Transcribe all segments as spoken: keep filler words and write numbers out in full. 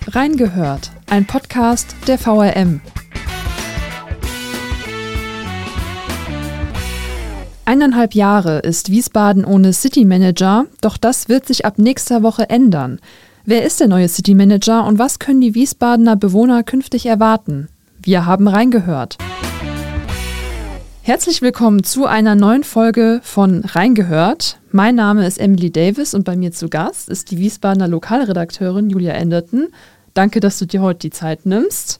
Reingehört, ein Podcast der V R M. Eineinhalb Jahre ist Wiesbaden ohne City Manager, doch das wird sich ab nächster Woche ändern. Wer ist der neue City Manager und was können die Wiesbadener Bewohner künftig erwarten? Wir haben reingehört. Herzlich willkommen zu einer neuen Folge von Reingehört. Mein Name ist Emily Davis und bei mir zu Gast ist die Wiesbadener Lokalredakteurin Julia Enderton. Danke, dass du dir heute die Zeit nimmst.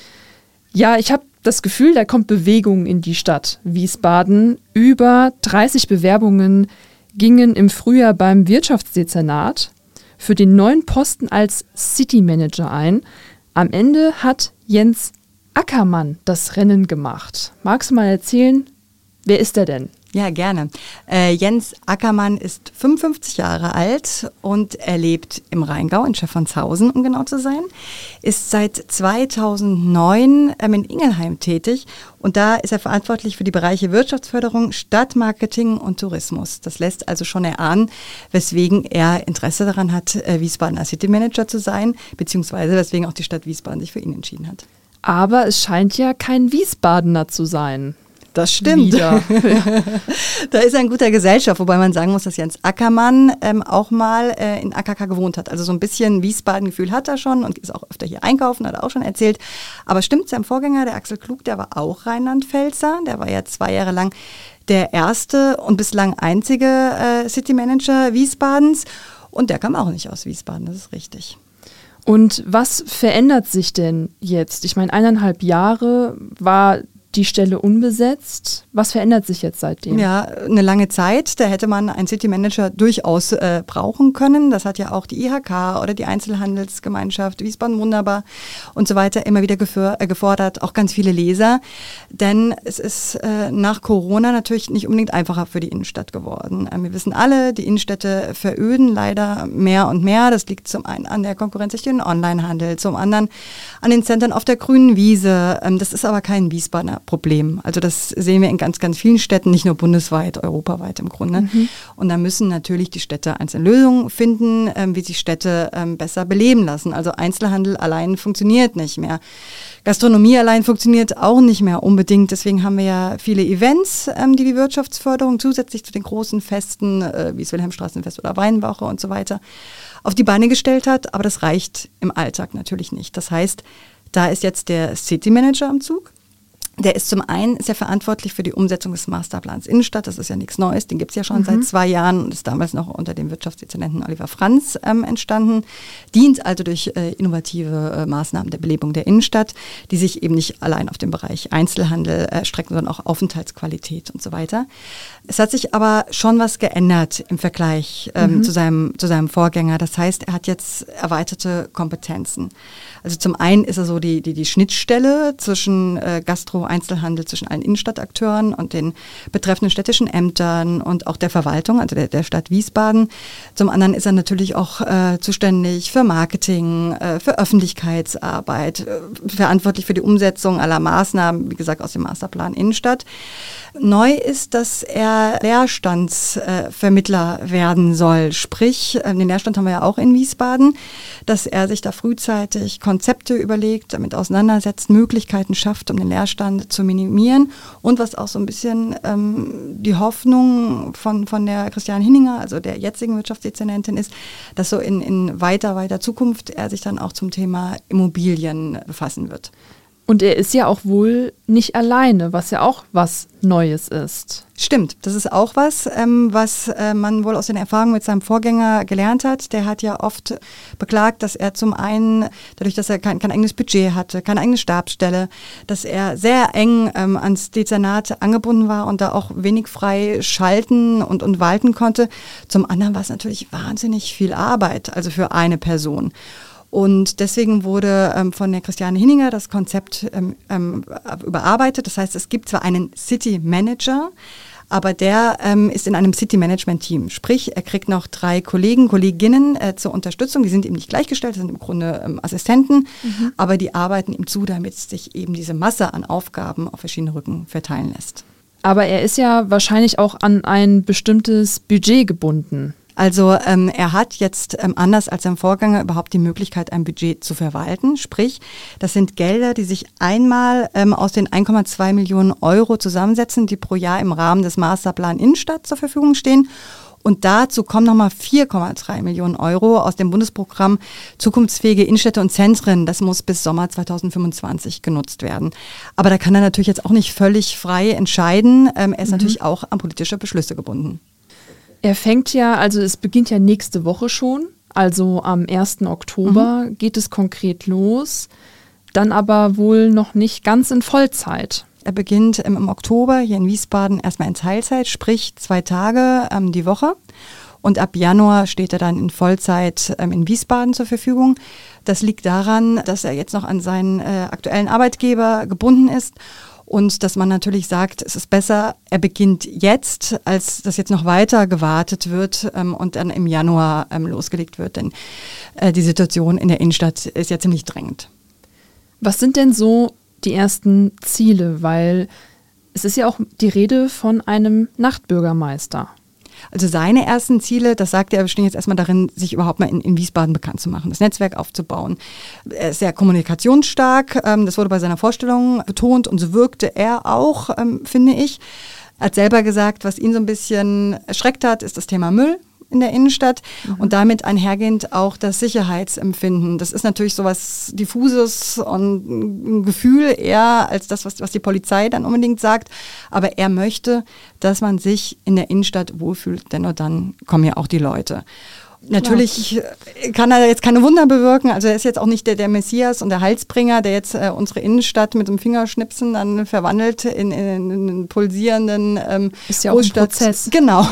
Ja, ich habe das Gefühl, da kommt Bewegung in die Stadt Wiesbaden. Über dreißig Bewerbungen gingen im Frühjahr beim Wirtschaftsdezernat für den neuen Posten als City Manager ein. Am Ende hat Jens Ackermann das Rennen gemacht. Magst du mal erzählen, wer ist er denn? Ja, gerne. Äh, Jens Ackermann ist fünfundfünfzig Jahre alt und er lebt im Rheingau in Schäfernshausen, um genau zu sein. Ist seit zweitausendneun ähm, in Ingelheim tätig und da ist er verantwortlich für die Bereiche Wirtschaftsförderung, Stadtmarketing und Tourismus. Das lässt also schon erahnen, weswegen er Interesse daran hat, äh, Wiesbadener City Manager zu sein, beziehungsweise weswegen auch die Stadt Wiesbaden sich für ihn entschieden hat. Aber es scheint ja kein Wiesbadener zu sein. Das stimmt. Ja. Da ist er in guter Gesellschaft, wobei man sagen muss, dass Jens Ackermann ähm, auch mal äh, in A K K gewohnt hat. Also so ein bisschen Wiesbaden-Gefühl hat er schon und ist auch öfter hier einkaufen, hat er auch schon erzählt. Aber stimmt, sein Vorgänger, der Axel Klug, der war auch Rheinland-Pfälzer. Der war ja zwei Jahre lang der erste und bislang einzige äh, City Manager Wiesbadens. Und der kam auch nicht aus Wiesbaden, das ist richtig. Und was verändert sich denn jetzt? Ich meine, eineinhalb Jahre war die Stelle unbesetzt. Was verändert sich jetzt seitdem? Ja, eine lange Zeit. Da hätte man einen City Manager durchaus äh, brauchen können. Das hat ja auch die I H K oder die Einzelhandelsgemeinschaft Wiesbaden Wunderbar und so weiter immer wieder geför- äh, gefordert. Auch ganz viele Leser. Denn es ist äh, nach Corona natürlich nicht unbedingt einfacher für die Innenstadt geworden. Ähm, wir wissen alle, die Innenstädte veröden leider mehr und mehr. Das liegt zum einen an der Konkurrenz durch den Onlinehandel, zum anderen an den Zentren auf der grünen Wiese. Ähm, das ist aber kein Wiesbadener Problem. Also das sehen wir in ganz, ganz vielen Städten, nicht nur bundesweit, europaweit im Grunde. Mhm. Und da müssen natürlich die Städte einzelne Lösungen finden, ähm, wie sich Städte ähm, besser beleben lassen. Also Einzelhandel allein funktioniert nicht mehr. Gastronomie allein funktioniert auch nicht mehr unbedingt. Deswegen haben wir ja viele Events, ähm, die die Wirtschaftsförderung zusätzlich zu den großen Festen, äh, wie das Wilhelmstraßenfest oder Weinwoche und so weiter, auf die Beine gestellt hat. Aber das reicht im Alltag natürlich nicht. Das heißt, da ist jetzt der City Manager am Zug. Der ist zum einen sehr verantwortlich für die Umsetzung des Masterplans Innenstadt. Das ist ja nichts Neues, den gibt es ja schon mhm. seit zwei Jahren und ist damals noch unter dem Wirtschaftsdezernenten Oliver Franz ähm, entstanden. Dient also durch äh, innovative äh, Maßnahmen der Belebung der Innenstadt, die sich eben nicht allein auf den Bereich Einzelhandel äh, strecken, sondern auch Aufenthaltsqualität und so weiter. Es hat sich aber schon was geändert im Vergleich ähm, mhm. zu seinem, zu seinem Vorgänger. Das heißt, er hat jetzt erweiterte Kompetenzen. Also zum einen ist er so die, die, die Schnittstelle zwischen äh, Gastro, Einzelhandel, zwischen allen Innenstadtakteuren und den betreffenden städtischen Ämtern und auch der Verwaltung, also der, der Stadt Wiesbaden. Zum anderen ist er natürlich auch äh, zuständig für Marketing, äh, für Öffentlichkeitsarbeit, äh, verantwortlich für die Umsetzung aller Maßnahmen, wie gesagt, aus dem Masterplan Innenstadt. Neu ist, dass er Leerstandsvermittler äh, werden soll. Sprich, äh, den Leerstand haben wir ja auch in Wiesbaden, dass er sich da frühzeitig Konzepte überlegt, damit auseinandersetzt, Möglichkeiten schafft, um den Leerstand zu minimieren. Und was auch so ein bisschen ähm, die Hoffnung von, von der Christiane Hinninger, also der jetzigen Wirtschaftsdezernentin ist, dass so in, in weiter, weiter Zukunft er sich dann auch zum Thema Immobilien befassen wird. Und er ist ja auch wohl nicht alleine, was ja auch was Neues ist. Stimmt, das ist auch was, ähm, was äh, man wohl aus den Erfahrungen mit seinem Vorgänger gelernt hat. Der hat ja oft beklagt, dass er zum einen, dadurch, dass er kein, kein eigenes Budget hatte, keine eigene Stabsstelle, dass er sehr eng ähm, ans Dezernat angebunden war und da auch wenig frei schalten und, und walten konnte. Zum anderen war es natürlich wahnsinnig viel Arbeit, also für eine Person. Und deswegen wurde ähm, von der Christiane Hinninger das Konzept ähm, ähm, überarbeitet. Das heißt, es gibt zwar einen City Manager, aber der ähm, ist in einem City-Management-Team. Sprich, er kriegt noch drei Kollegen, Kolleginnen äh, zur Unterstützung. Die sind ihm nicht gleichgestellt, das sind im Grunde ähm, Assistenten, mhm. aber die arbeiten ihm zu, damit sich eben diese Masse an Aufgaben auf verschiedene Rücken verteilen lässt. Aber er ist ja wahrscheinlich auch an ein bestimmtes Budget gebunden. Also ähm, er hat jetzt ähm, anders als sein Vorgänger überhaupt die Möglichkeit, ein Budget zu verwalten. Sprich, das sind Gelder, die sich einmal ähm, aus den eins Komma zwei Millionen Euro zusammensetzen, die pro Jahr im Rahmen des Masterplan Innenstadt zur Verfügung stehen. Und dazu kommen nochmal vier Komma drei Millionen Euro aus dem Bundesprogramm Zukunftsfähige Innenstädte und Zentren. Das muss bis Sommer zweitausendfünfundzwanzig genutzt werden. Aber da kann er natürlich jetzt auch nicht völlig frei entscheiden. Ähm, er ist mhm. natürlich auch an politische Beschlüsse gebunden. Er fängt ja, also es beginnt ja nächste Woche schon, also am ersten Oktober mhm. geht es konkret los, dann aber wohl noch nicht ganz in Vollzeit. Er beginnt ähm, im Oktober hier in Wiesbaden erstmal in Teilzeit, sprich zwei Tage ähm, die Woche. Und ab Januar steht er dann in Vollzeit ähm, in Wiesbaden zur Verfügung. Das liegt daran, dass er jetzt noch an seinen äh, aktuellen Arbeitgeber gebunden ist. Und dass man natürlich sagt, es ist besser, er beginnt jetzt, als dass jetzt noch weiter gewartet wird ähm, und dann im Januar ähm, losgelegt wird. Denn äh, die Situation in der Innenstadt ist ja ziemlich drängend. Was sind denn so die ersten Ziele? Weil es ist ja auch die Rede von einem Nachtbürgermeister. Also seine ersten Ziele, das sagt er, bestehen jetzt erstmal darin, sich überhaupt mal in, in Wiesbaden bekannt zu machen, das Netzwerk aufzubauen. Er ist sehr kommunikationsstark, ähm, das wurde bei seiner Vorstellung betont und so wirkte er auch, ähm, finde ich. Er hat selber gesagt, was ihn so ein bisschen erschreckt hat, ist das Thema Müll in der Innenstadt mhm. und damit einhergehend auch das Sicherheitsempfinden. Das ist natürlich sowas Diffuses und ein Gefühl eher als das, was, was die Polizei dann unbedingt sagt. Aber er möchte, dass man sich in der Innenstadt wohlfühlt, denn nur dann kommen ja auch die Leute. Natürlich ja. kann er jetzt keine Wunder bewirken, also er ist jetzt auch nicht der, der Messias und der Heilsbringer, der jetzt äh, unsere Innenstadt mit dem Fingerschnipsen dann verwandelt in, in, in einen pulsierenden ähm, ist ja auch ein Prozess. Genau.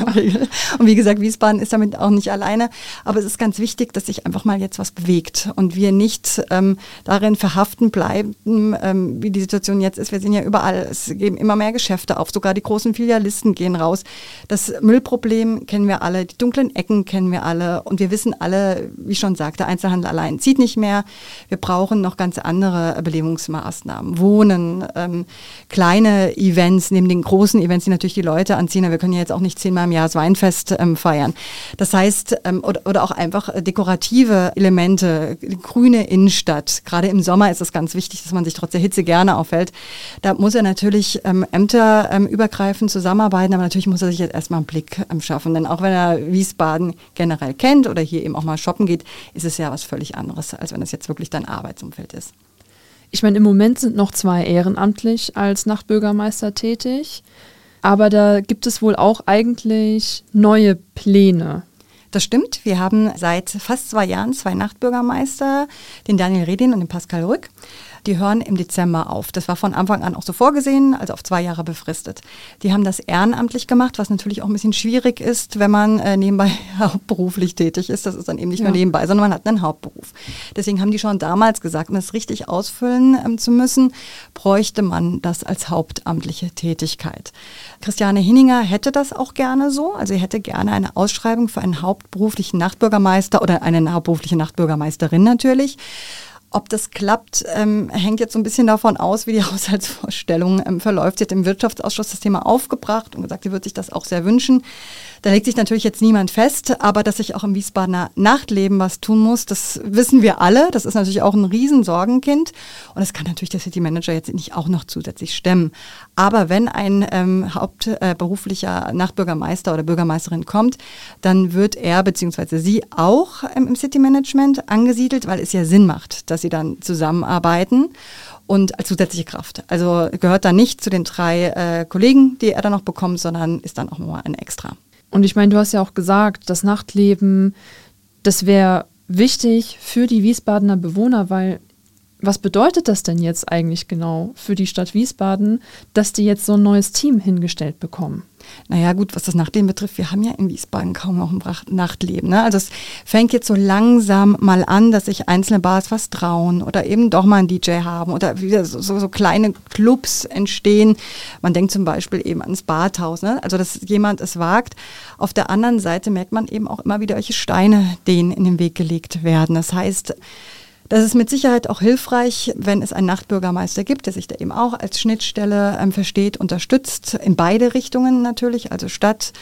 Und wie gesagt, Wiesbaden ist damit auch nicht alleine, aber es ist ganz wichtig, dass sich einfach mal jetzt was bewegt und wir nicht ähm, darin verhaften bleiben, ähm, wie die Situation jetzt ist. Wir sehen ja überall, es geben immer mehr Geschäfte auf, sogar die großen Filialisten gehen raus. Das Müllproblem kennen wir alle, die dunklen Ecken kennen wir alle und wir wissen alle, wie schon sagte, Einzelhandel allein zieht nicht mehr. Wir brauchen noch ganz andere Belebungsmaßnahmen. Wohnen, ähm, kleine Events neben den großen Events, die natürlich die Leute anziehen. Wir können ja jetzt auch nicht zehnmal im Jahr das Weinfest ähm, feiern. Das heißt, ähm, oder, oder auch einfach dekorative Elemente, die grüne Innenstadt. Gerade im Sommer ist es ganz wichtig, dass man sich trotz der Hitze gerne aufhält. Da muss er natürlich ähm, ämterübergreifend ähm, zusammenarbeiten, aber natürlich muss er sich jetzt erstmal einen Blick ähm, schaffen. Denn auch wenn er Wiesbaden generell kennt oder hier eben auch mal shoppen geht, ist es ja was völlig anderes, als wenn das jetzt wirklich dein Arbeitsumfeld ist. Ich meine, im Moment sind noch zwei ehrenamtlich als Nachtbürgermeister tätig, aber da gibt es wohl auch eigentlich neue Pläne. Das stimmt. Wir haben seit fast zwei Jahren zwei Nachtbürgermeister, den Daniel Redin und den Pascal Rück. Die hören im Dezember auf. Das war von Anfang an auch so vorgesehen, also auf zwei Jahre befristet. Die haben das ehrenamtlich gemacht, was natürlich auch ein bisschen schwierig ist, wenn man äh, nebenbei hauptberuflich tätig ist. Das ist dann eben nicht ja. nur nebenbei, sondern man hat einen Hauptberuf. Deswegen haben die schon damals gesagt, um das richtig ausfüllen ähm, zu müssen, bräuchte man das als hauptamtliche Tätigkeit. Christiane Hinninger hätte das auch gerne so. Also sie hätte gerne eine Ausschreibung für einen hauptberuflichen Nachtbürgermeister oder eine hauptberufliche Nachtbürgermeisterin natürlich. Ob das klappt, ähm, hängt jetzt so ein bisschen davon aus, wie die Haushaltsvorstellung ähm, verläuft. Sie hat im Wirtschaftsausschuss das Thema aufgebracht und gesagt, sie wird sich das auch sehr wünschen. Da legt sich natürlich jetzt niemand fest, aber dass sich auch im Wiesbadener Nachtleben was tun muss, das wissen wir alle. Das ist natürlich auch ein Riesensorgenkind und das kann natürlich der City Manager jetzt nicht auch noch zusätzlich stemmen. Aber wenn ein ähm, hauptberuflicher äh, Nachtbürgermeister oder Bürgermeisterin kommt, dann wird er bzw. sie auch ähm, im City Management angesiedelt, weil es ja Sinn macht, dass sie dann zusammenarbeiten. Und als zusätzliche Kraft. Also gehört dann nicht zu den drei äh, Kollegen, die er dann noch bekommt, sondern ist dann auch nochmal ein Extra. Und ich meine, du hast ja auch gesagt, das Nachtleben, das wäre wichtig für die Wiesbadener Bewohner, weil was bedeutet das denn jetzt eigentlich genau für die Stadt Wiesbaden, dass die jetzt so ein neues Team hingestellt bekommen? Naja gut, was das Nachtleben betrifft, wir haben ja in Wiesbaden kaum noch ein Nachtleben. Ne? Also es fängt jetzt so langsam mal an, dass sich einzelne Bars was trauen oder eben doch mal einen D J haben oder wieder so, so, so kleine Clubs entstehen. Man denkt zum Beispiel eben ans Badhaus, ne? Also dass jemand es wagt. Auf der anderen Seite merkt man eben auch immer wieder, welche Steine denen in den Weg gelegt werden. Das heißt, das ist mit Sicherheit auch hilfreich, wenn es einen Nachtbürgermeister gibt, der sich da eben auch als Schnittstelle ähm, versteht, unterstützt, in beide Richtungen natürlich, also Stadt,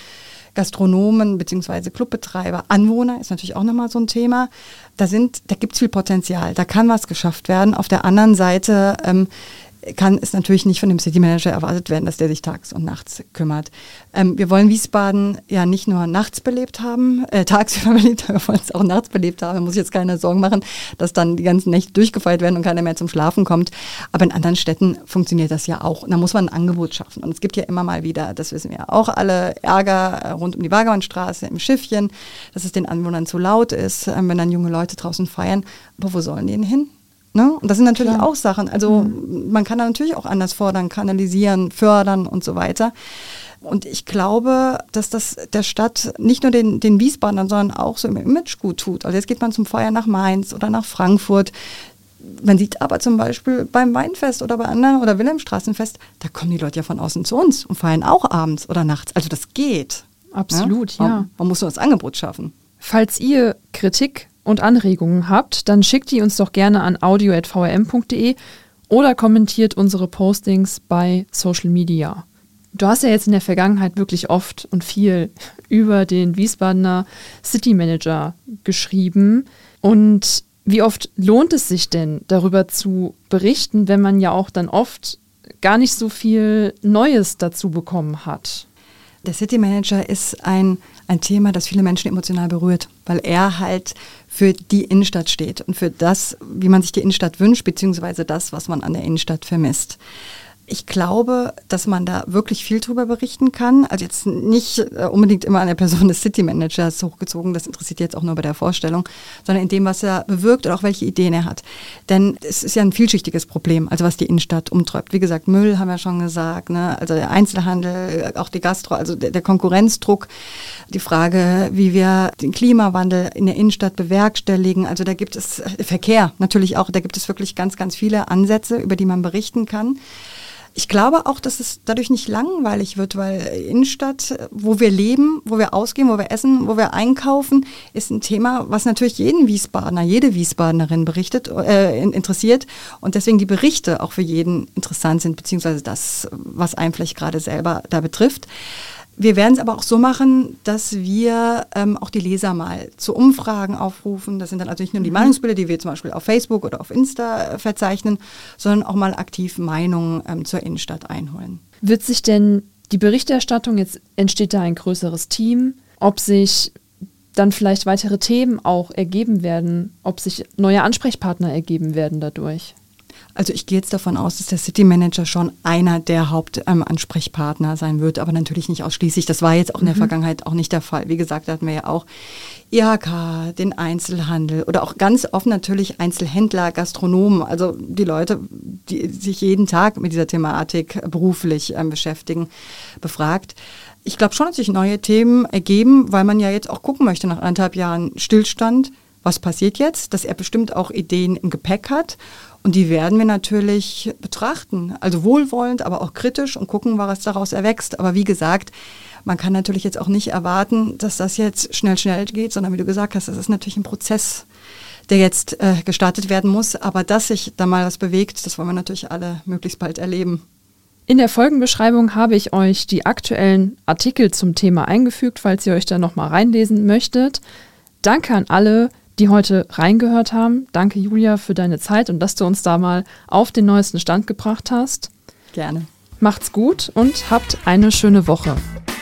Gastronomen bzw. Clubbetreiber, Anwohner ist natürlich auch nochmal so ein Thema. Da sind, da gibt es viel Potenzial, da kann was geschafft werden. Auf der anderen Seite ähm, kann es natürlich nicht von dem City Manager erwartet werden, dass der sich tags und nachts kümmert. Ähm, wir wollen Wiesbaden ja nicht nur nachts belebt haben, äh, tagsüber belebt haben, wir wollen es auch nachts belebt haben. Da muss ich jetzt keine Sorgen machen, dass dann die ganzen Nächte durchgefeiert werden und keiner mehr zum Schlafen kommt. Aber in anderen Städten funktioniert das ja auch. Und da muss man ein Angebot schaffen. Und es gibt ja immer mal wieder, das wissen wir ja auch alle, Ärger rund um die Wagermannstraße im Schiffchen, dass es den Anwohnern zu laut ist, äh, wenn dann junge Leute draußen feiern. Aber wo sollen die denn hin? Ne? Und das sind natürlich Klar. auch Sachen, also mhm. man kann da natürlich auch anders fordern, kanalisieren, fördern und so weiter. Und ich glaube, dass das der Stadt nicht nur den, den Wiesbadern, sondern auch so im Image gut tut. Also jetzt geht man zum Feiern nach Mainz oder nach Frankfurt. Man sieht aber zum Beispiel beim Weinfest oder bei anderen oder Wilhelmstraßenfest, da kommen die Leute ja von außen zu uns und feiern auch abends oder nachts. Also das geht. Absolut, ja. ja. Man, man muss nur das Angebot schaffen. Falls ihr Kritik und Anregungen habt, dann schickt die uns doch gerne an audio at v r m punkt d e oder kommentiert unsere Postings bei Social Media. Du hast ja jetzt in der Vergangenheit wirklich oft und viel über den Wiesbadener City Manager geschrieben. Und wie oft lohnt es sich denn, darüber zu berichten, wenn man ja auch dann oft gar nicht so viel Neues dazu bekommen hat? Der City Manager ist ein, ein Thema, das viele Menschen emotional berührt, weil er halt für die Innenstadt steht und für das, wie man sich die Innenstadt wünscht, beziehungsweise das, was man an der Innenstadt vermisst. Ich glaube, dass man da wirklich viel drüber berichten kann. Also jetzt nicht äh, unbedingt immer an der Person des City Managers hochgezogen, das interessiert jetzt auch nur bei der Vorstellung, sondern in dem, was er bewirkt oder auch welche Ideen er hat. Denn es ist ja ein vielschichtiges Problem, also was die Innenstadt umtreibt. Wie gesagt, Müll haben wir schon gesagt, ne? Also der Einzelhandel, auch die Gastro, also der, der Konkurrenzdruck, die Frage, wie wir den Klimawandel in der Innenstadt bewerkstelligen. Also da gibt es äh, Verkehr natürlich auch, da gibt es wirklich ganz, ganz viele Ansätze, über die man berichten kann. Ich glaube auch, dass es dadurch nicht langweilig wird, weil Innenstadt, wo wir leben, wo wir ausgehen, wo wir essen, wo wir einkaufen, ist ein Thema, was natürlich jeden Wiesbadener, jede Wiesbadenerin berichtet, äh, interessiert und deswegen die Berichte auch für jeden interessant sind, beziehungsweise das, was einen vielleicht gerade selber da betrifft. Wir werden es aber auch so machen, dass wir ähm, auch die Leser mal zu Umfragen aufrufen. Das sind dann also nicht nur die Meinungsbilder, die wir zum Beispiel auf Facebook oder auf Insta äh, verzeichnen, sondern auch mal aktiv Meinungen ähm, zur Innenstadt einholen. Wird sich denn die Berichterstattung, jetzt entsteht da ein größeres Team, ob sich dann vielleicht weitere Themen auch ergeben werden, ob sich neue Ansprechpartner ergeben werden dadurch? Also ich gehe jetzt davon aus, dass der City Manager schon einer der Hauptansprechpartner ähm, sein wird, aber natürlich nicht ausschließlich. Das war jetzt auch in der mhm. Vergangenheit auch nicht der Fall. Wie gesagt, da hatten wir ja auch I H K, den Einzelhandel oder auch ganz oft natürlich Einzelhändler, Gastronomen, also die Leute, die sich jeden Tag mit dieser Thematik beruflich ähm, beschäftigen, befragt. Ich glaube schon, dass sich neue Themen ergeben, weil man ja jetzt auch gucken möchte nach anderthalb Jahren Stillstand. Was passiert jetzt? Dass er bestimmt auch Ideen im Gepäck hat. Und die werden wir natürlich betrachten, also wohlwollend, aber auch kritisch und gucken, was daraus erwächst. Aber wie gesagt, man kann natürlich jetzt auch nicht erwarten, dass das jetzt schnell, schnell geht, sondern wie du gesagt hast, das ist natürlich ein Prozess, der jetzt äh, gestartet werden muss. Aber dass sich da mal was bewegt, das wollen wir natürlich alle möglichst bald erleben. In der Folgenbeschreibung habe ich euch die aktuellen Artikel zum Thema eingefügt, falls ihr euch da nochmal reinlesen möchtet. Danke an alle, die heute reingehört haben. Danke, Julia, für deine Zeit und dass du uns da mal auf den neuesten Stand gebracht hast. Gerne. Macht's gut und habt eine schöne Woche.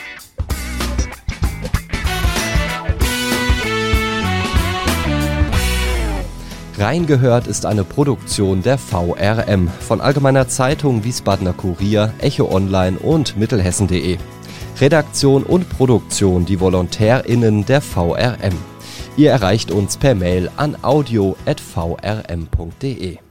Reingehört ist eine Produktion der V R M von Allgemeiner Zeitung, Wiesbadener Kurier, Echo Online und Mittelhessen punkt de. Redaktion und Produktion die VolontärInnen der V R M. Ihr erreicht uns per Mail an audio at v r m punkt d e.